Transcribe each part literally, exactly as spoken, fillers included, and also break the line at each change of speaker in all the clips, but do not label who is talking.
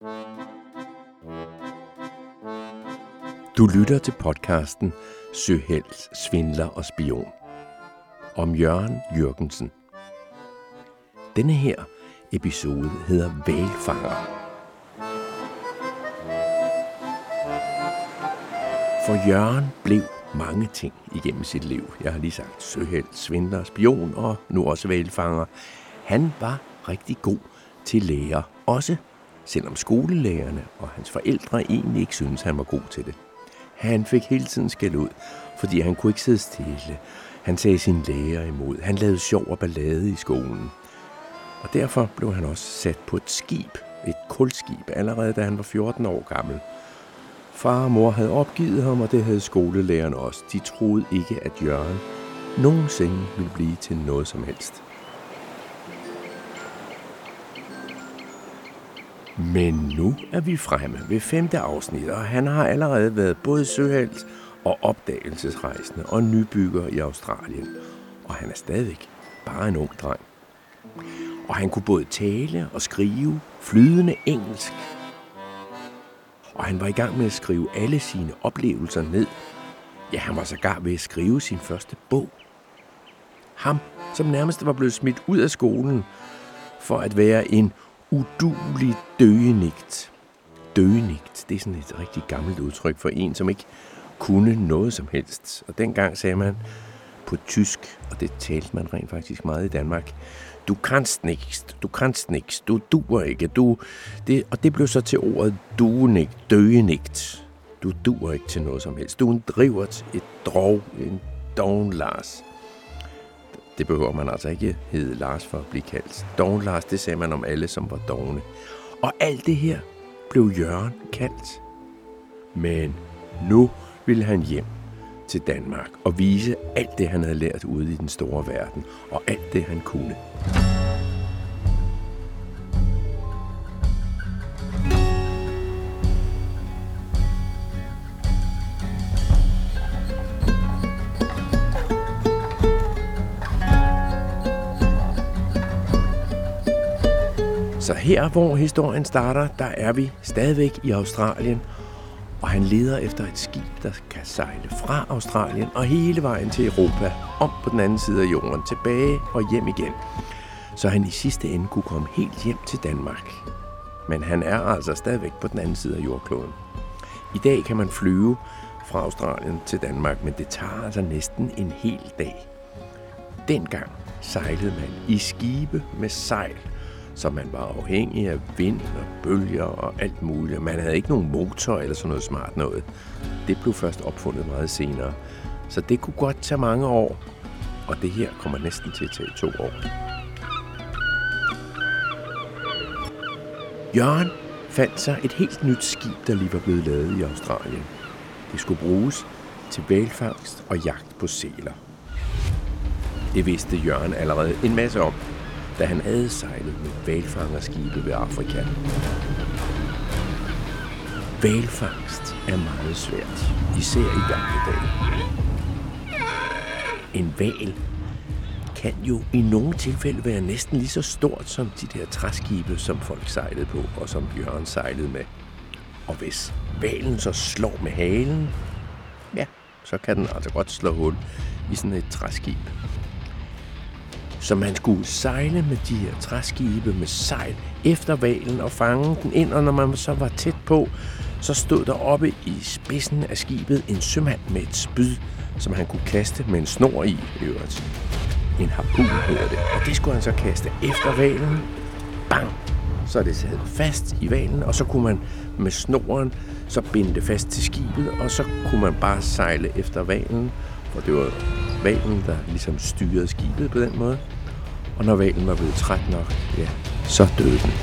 Du lytter til podcasten Søhelt, Svindler og Spion om Jørgen Jürgensen. Denne her episode hedder Hvalfanger. For Jørgen blev mange ting igennem sit liv. Jeg har lige sagt søhelt, svindler og spion og nu også hvalfanger. Han var rigtig god til lærer, også selvom skolelærerne og hans forældre egentlig ikke syntes, han var god til det. Han fik hele tiden skæld ud, fordi han kunne ikke sidde stille. Han sagde sin lærer imod. Han lavede sjov og ballade i skolen. Og derfor blev han også sat på et skib, et kulskib, allerede da han var fjorten år gammel. Far og mor havde opgivet ham, og det havde skolelærerne også. De troede ikke, at Jørgen nogensinde ville blive til noget som helst. Men nu er vi fremme ved femte afsnit, og han har allerede været både søhelt og opdagelsesrejsende og nybygger i Australien. Og han er stadigvæk bare en ung dreng. Og han kunne både tale og skrive flydende engelsk. Og han var i gang med at skrive alle sine oplevelser ned. Ja, han var sågar ved at skrive sin første bog. Ham, som nærmest var blevet smidt ud af skolen for at være en uduelig døgenigt. Døgenigt, det er sådan et rigtig gammelt udtryk for en, som ikke kunne noget som helst. Og dengang sagde man på tysk, og det talte man rent faktisk meget i Danmark, du kannst nichts, du kannst nichts, du duer ikke, du, det, og det blev så til ordet duenigt, døgenigt. Du duer ikke til noget som helst. Du er en drivert, et drog, en doven Lars. Det behøver man altså ikke hedde Lars for at blive kaldt. Doven Lars, det sagde man om alle, som var dogne. Og alt det her blev Jørgen kaldt. Men nu ville han hjem til Danmark og vise alt det, han havde lært ude i den store verden, og alt det, han kunne. Så her, hvor historien starter, der er vi stadigvæk i Australien, og han leder efter et skib, der kan sejle fra Australien og hele vejen til Europa, om på den anden side af jorden, tilbage og hjem igen, så han i sidste ende kunne komme helt hjem til Danmark. Men han er altså stadigvæk på den anden side af jordkloden. I dag kan man flyve fra Australien til Danmark, men det tager altså næsten en hel dag. Dengang sejlede man i skibe med sejl, så man var afhængig af vind og bølger og alt muligt. Man havde ikke nogen motor eller sådan noget smart noget. Det blev først opfundet meget senere. Så det kunne godt tage mange år, og det her kommer næsten til at tage to år. Jørgen fandt sig et helt nyt skib, der lige var blevet lavet i Australien. Det skulle bruges til hvalfangst og jagt på sæler. Det vidste Jørgen allerede en masse om, da han havde sejlet med hvalfangerskibe ved Afrika. Hvalfangst er meget svært, især i gamle dage. En hval kan jo i nogle tilfælde være næsten lige så stort som de der træskibe, som folk sejlede på, og som Jørgen sejlede med. Og hvis hvalen så slår med halen, ja, så kan den altså godt slå hul i sådan et træskib. Så man skulle sejle med de her træskibe med sejl efter hvalen og fange den ind, og når man så var tæt på, så stod der oppe i spidsen af skibet en sømand med et spyd, som han kunne kaste med en snor i øvrigt. En harpun hedder det, og det skulle han så kaste efter hvalen. Bang! Så er det sad fast i hvalen, og så kunne man med snoren så binde det fast til skibet, og så kunne man bare sejle efter hvalen, for det var hvalen, der ligesom styrede skibet på den måde. Og når hvalen var blevet træt nok, ja, så døde den.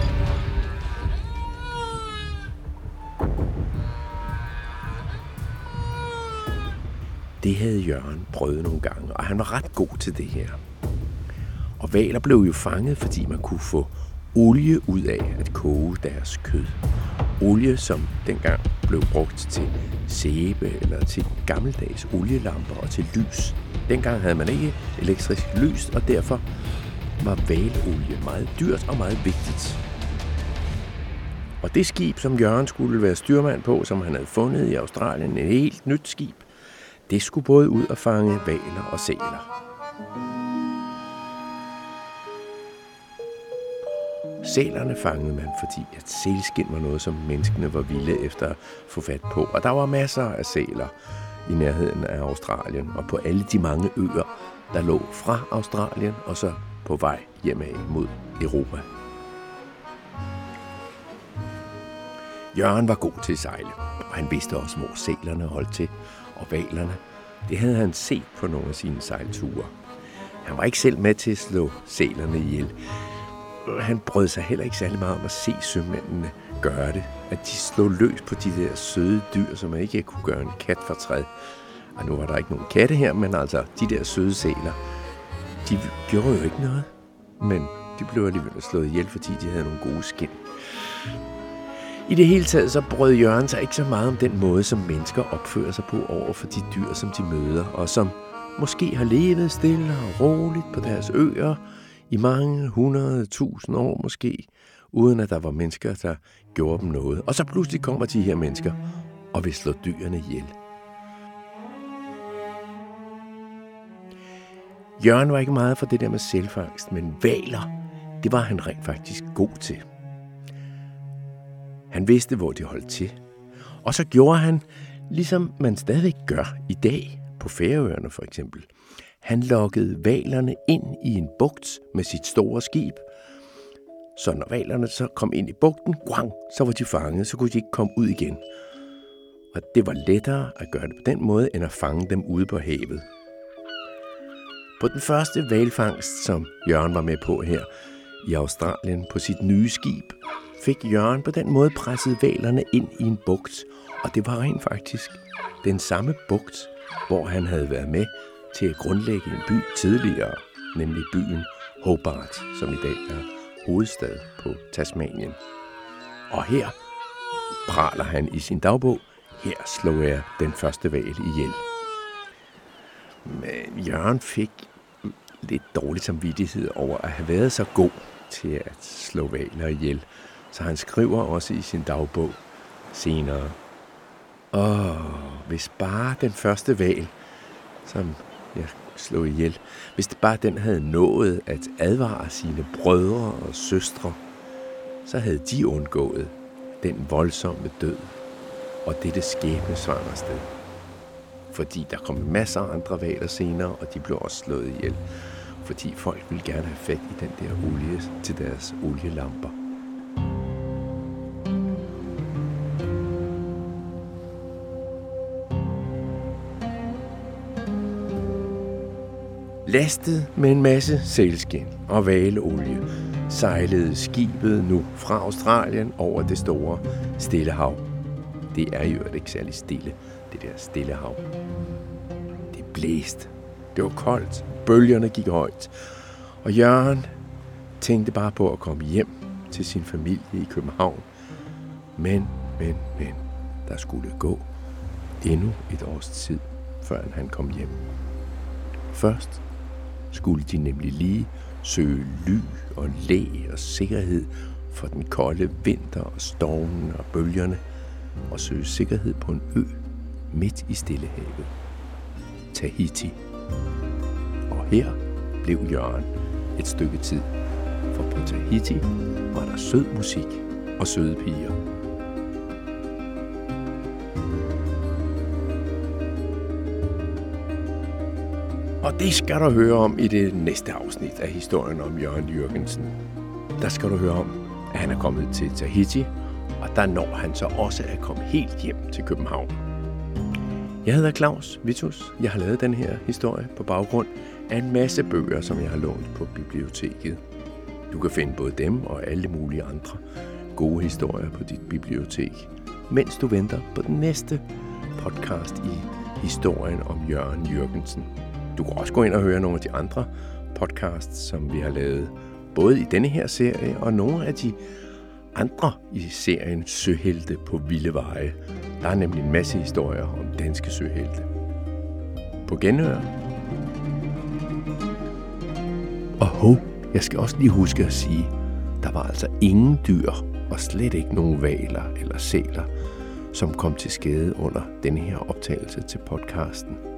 Det havde Jørgen prøvet nogle gange, og han var ret god til det her. Og hvaler blev jo fanget, fordi man kunne få olie ud af at koge deres kød. Olie, som dengang blev brugt til sæbe eller til gammeldags olielamper og til lys. Dengang havde man ikke elektrisk lys, og derfor var hvalolie meget dyrt og meget vigtigt. Og det skib, som Jørgen skulle være styrmand på, som han havde fundet i Australien, et helt nyt skib, det skulle både ud og fange hvaler og sæler. Sælerne fangede man, fordi at sælskind var noget, som menneskene var vilde efter at få fat på. Og der var masser af sæler i nærheden af Australien, og på alle de mange øer, der lå fra Australien og så på vej hjemad mod Europa. Jørgen var god til at sejle, og han vidste også, hvor sælerne holdt til, og hvalerne. Det havde han set på nogle af sine sejlture. Han var ikke selv med til at slå sælerne ihjel. Han brød sig heller ikke særlig meget om at se sømændene gøre det. At de slog løs på de der søde dyr, som man ikke kunne gøre en kat fortræd. Og nu var der ikke nogen katte her, men altså de der søde sæler, de gjorde jo ikke noget. Men de blev alligevel slået ihjel, fordi de havde nogle gode skind. I det hele taget så brød Jørgen sig ikke så meget om den måde, som mennesker opfører sig på over for de dyr, som de møder, og som måske har levet stille og roligt på deres øer i mange hundrede tusind år måske, uden at der var mennesker, der gjorde dem noget. Og så pludselig kommer de her mennesker og vil slå dyrene ihjel. Jørgen var ikke meget for det der med sælfangst, men hvaler, det var han rent faktisk god til. Han vidste, hvor de holdt til. Og så gjorde han, ligesom man stadig gør i dag, på Færøerne for eksempel. Han lokkede hvalerne ind i en bugt med sit store skib. Så når hvalerne så kom ind i bugten, guang, så var de fanget, så kunne de ikke komme ud igen. Og det var lettere at gøre det på den måde, end at fange dem ude på havet. På den første hvalfangst, som Jørgen var med på her i Australien på sit nye skib, fik Jørgen på den måde presset hvalerne ind i en bugt. Og det var rent faktisk den samme bugt, hvor han havde været med til at grundlægge en by tidligere, nemlig byen Hobart, som i dag er hovedstad på Tasmanien. Og her praler han i sin dagbog, her slog jeg den første hval ihjel. Men Jørgen fik lidt dårlig samvittighed over at have været så god til at slå hvaler ihjel, så han skriver også i sin dagbog senere: Åh, hvis bare den første hval, som jeg slog ihjel, hvis det bare den havde nået at advare sine brødre og søstre, så havde de undgået den voldsomme død og dette skæbnesvangre sted. Fordi der kom masser af andre hvaler senere, og de blev også slået ihjel, fordi folk ville gerne have fat i den der olie til deres olielamper. Lastet med en masse sælskind og hvaleolie sejlede skibet nu fra Australien over det store Stillehav. Det er jo ikke særlig stille, det der Stillehav. Det blæste. Det var koldt. Bølgerne gik højt. Og Jørgen tænkte bare på at komme hjem til sin familie i København. Men, men, men, der skulle gå endnu et års tid, før han kom hjem. Først skulle de nemlig lige søge ly og læ og sikkerhed for den kolde vinter og stormen og bølgerne, og søge sikkerhed på en ø midt i Stillehavet, Tahiti. Og her blev Jørgen et stykke tid, for på Tahiti var der sød musik og søde piger. Og det skal du høre om i det næste afsnit af historien om Jørgen Jürgensen. Der skal du høre om, at han er kommet til Tahiti, og der når han så også at komme helt hjem til København. Jeg hedder Claus Vittus. Jeg har lavet den her historie på baggrund af en masse bøger, som jeg har lånt på biblioteket. Du kan finde både dem og alle mulige andre gode historier på dit bibliotek, mens du venter på den næste podcast i historien om Jørgen Jürgensen. Du kan også gå ind og høre nogle af de andre podcasts, som vi har lavet, både i denne her serie og nogle af de andre i serien Søhelte på vilde veje. Der er nemlig en masse historier om danske søhelte. På genhør. Og hov, jeg skal også lige huske at sige, der var altså ingen dyr og slet ikke nogen hvaler eller sæler, som kom til skade under denne her optagelse til podcasten.